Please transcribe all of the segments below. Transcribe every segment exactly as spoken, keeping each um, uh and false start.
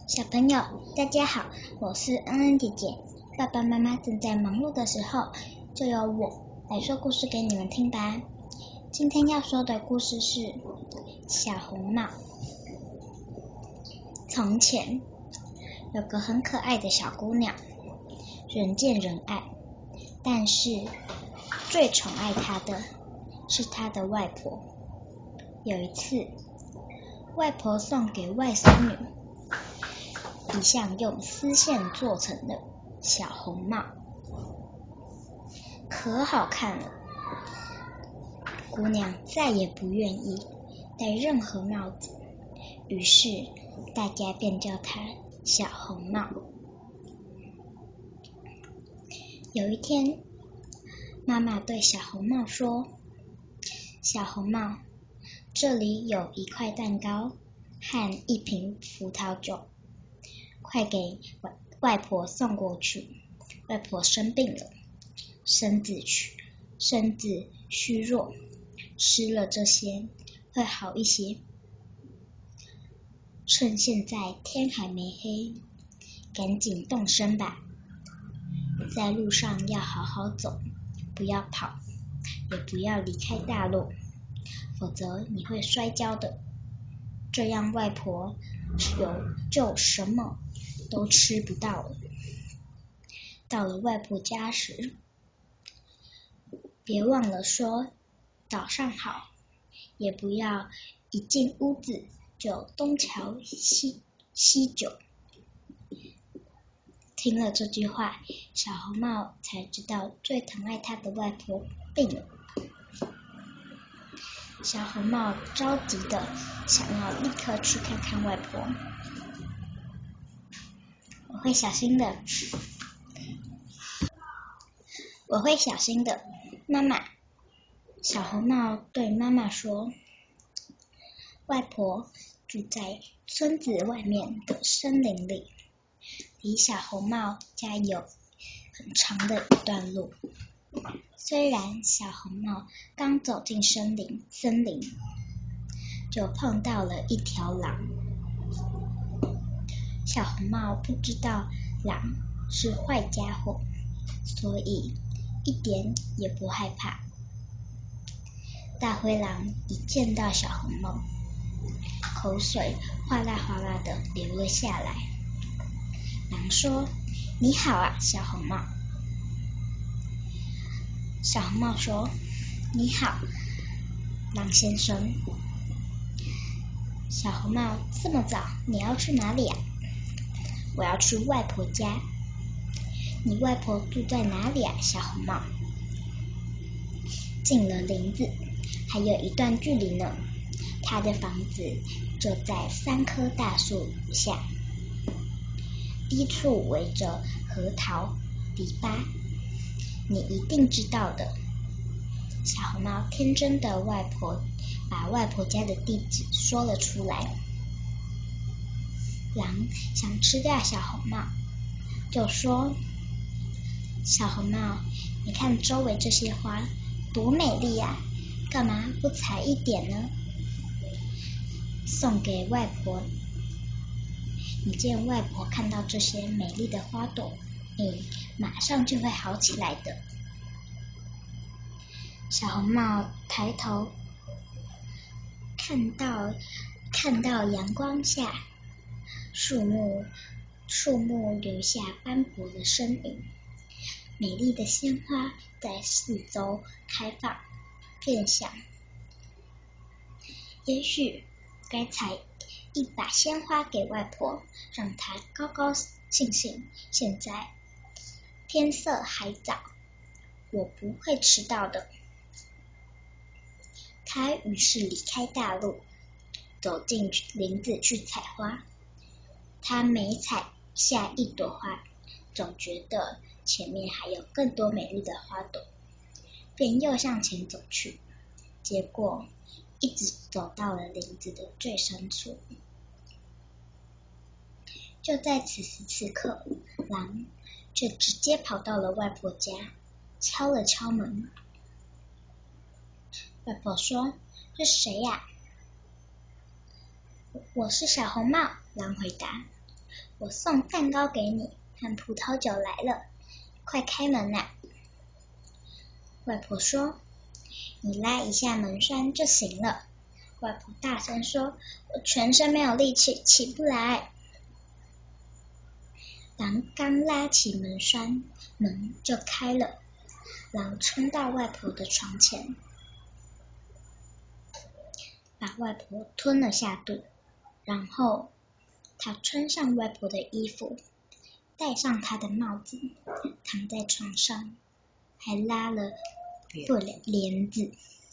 小朋友，大家好，我是恩恩姐姐。爸爸妈妈正在忙碌的时候，就由我来说故事给你们听吧。今天要说的故事是小红帽。从前有个很可爱的小姑娘，人见人爱，但是最宠爱她的是她的外婆。有一次，外婆送给外孙女一项用丝线做成的小红帽，可好看了。姑娘再也不愿意戴任何帽子，于是大家便叫她小红帽。有一天，妈妈对小红帽说：小红帽，这里有一块蛋糕和一瓶葡萄酒，快给外婆送过去。外婆生病了，身子虚身子虚弱，吃了这些会好一些。趁现在天还没黑，赶紧动身吧。在路上要好好走，不要跑，也不要离开大路，否则你会摔跤的。这样外婆有就什么都吃不到了。到了外婆家时，别忘了说早上好，也不要一进屋子就东瞧西西瞅。听了这句话，小红帽才知道最疼爱她的外婆病了。小红帽着急的想要立刻去看看外婆。我会小心的，我会小心的，妈妈。小红帽对妈妈说，外婆住在村子外面的森林里，离小红帽家有很长的一段路。虽然小红帽刚走进森林，森林就碰到了一条狼。小红帽不知道狼是坏家伙，所以一点也不害怕。大灰狼一见到小红帽，口水哗啦哗啦的流了下来。狼说：你好啊，小红帽。小红帽说：你好，狼先生。小红帽，这么早，你要去哪里啊？我要去外婆家。你外婆住在哪里啊，小红帽？进了林子，还有一段距离呢。她的房子就在三棵大树下，低处围着核桃篱笆，你一定知道的。小红帽天真的外婆把外婆家的地址说了出来。狼想吃掉小红帽，就说：小红帽，你看周围这些花多美丽呀，干嘛不采一点呢？送给外婆。你见外婆看到这些美丽的花朵，你马上就会好起来的。小红帽抬头看到看到阳光下树木树木留下斑驳的身影，美丽的鲜花在四周开放，便想也许该采一把鲜花给外婆，让她高高兴兴。现在天色还早，我不会迟到的。他于是离开大路，走进林子去采花。他每采下一朵花，总觉得前面还有更多美丽的花朵，便又向前走去。结果一直走到了林子的最深处。就在此时此刻，狼却直接跑到了外婆家，敲了敲门。外婆说：是谁呀？我是小红帽，狼回答。 我送蛋糕给你，和葡萄酒来了，快开门啊！外婆说，你拉一下门栓就行了。外婆大声说，我全身没有力气，起不来。狼刚拉起门栓，门就开了。狼冲到外婆的床前，把外婆吞了下肚，然后他穿上外婆的衣服，戴上她的帽子，躺在床上，还拉了布帘子。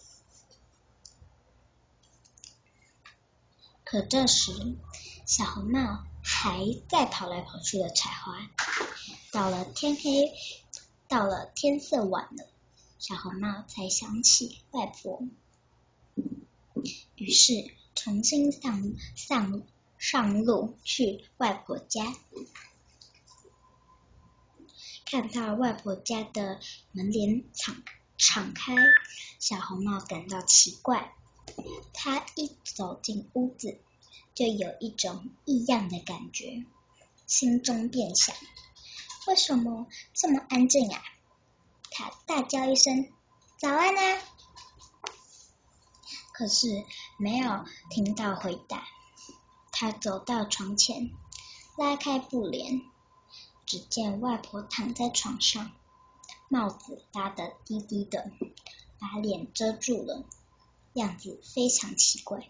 可这时，小红帽还在跑来跑去的采花。到了天黑，到了天色晚了，小红帽才想起外婆，于是重新上上上路去外婆家。看到外婆家的门帘敞敞开，小红帽感到奇怪。他一走进屋子，就有一种异样的感觉，心中便想：为什么这么安静啊？他大叫一声：早安啊！可是没有听到回答。他走到床前，拉开布帘，只见外婆躺在床上，帽子拉得低低的，把脸遮住了，样子非常奇怪。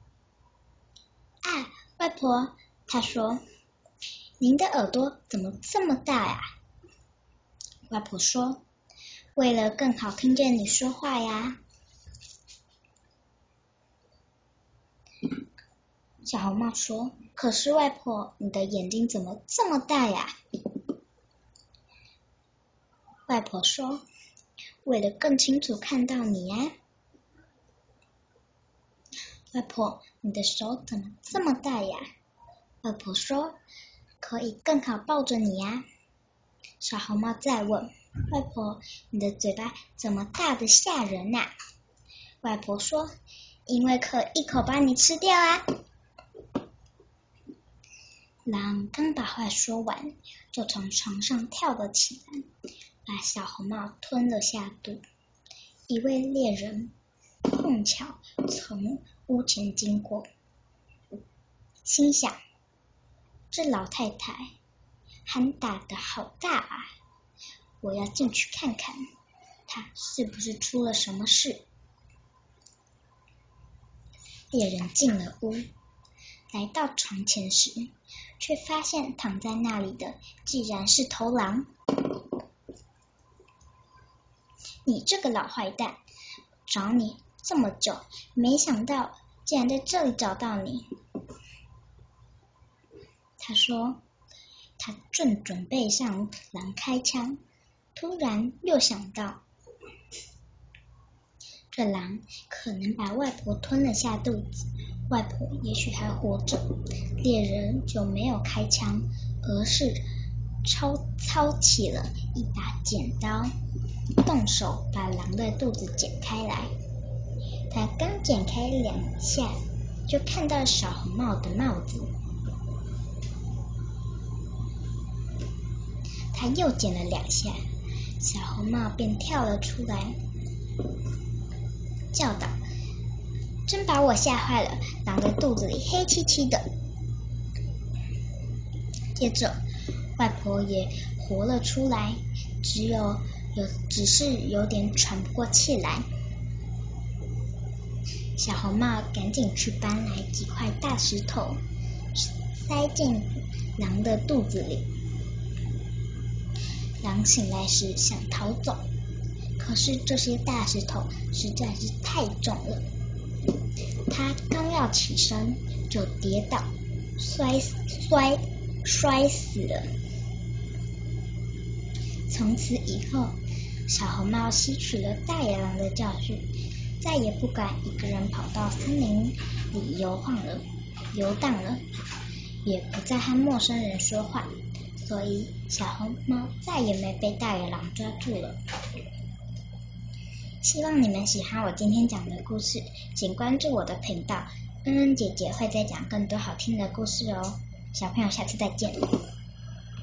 啊，外婆，她说，您的耳朵怎么这么大呀？外婆说，为了更好听见你说话呀。小红帽说，可是外婆，你的眼睛怎么这么大呀？外婆说，为了更清楚看到你呀。外婆，你的手怎么这么大呀？外婆说，可以更好抱着你呀。小红帽再问，外婆，你的嘴巴怎么大得吓人呐？外婆说，因为可一口把你吃掉啊。狼刚把话说完，就从床上跳了起来，把小红帽吞了下肚。一位猎人碰巧从屋前经过，心想，这老太太喊打得好大啊，我要进去看看，她是不是出了什么事。猎人进了屋，来到床前时，却发现躺在那里的竟然是头狼。你这个老坏蛋，找你这么久，没想到竟然在这里找到你。他说，他正准备向狼开枪，突然又想到，这狼可能把外婆吞了下肚子，外婆也许还活着，猎人就没有开枪，而是操操起了一把剪刀，动手把狼的肚子剪开来。他刚剪开两下，就看到小红帽的帽子。他又剪了两下，小红帽便跳了出来，叫道：真把我吓坏了，狼的肚子里黑漆漆的。接着外婆也活了出来，只有有只是有点喘不过气来。小红帽赶紧去搬来几块大石头，塞进狼的肚子里。狼醒来时想逃走，可是这些大石头实在是太重了，他刚要起身就跌倒，摔摔摔死了。从此以后，小红帽吸取了大野狼的教训，再也不敢一个人跑到森林里游晃了游荡了，也不再和陌生人说话，所以小红帽再也没被大野狼抓住了。希望你们喜欢我今天讲的故事，请关注我的频道，恩恩姐姐会再讲更多好听的故事哦。 小朋友下次再见。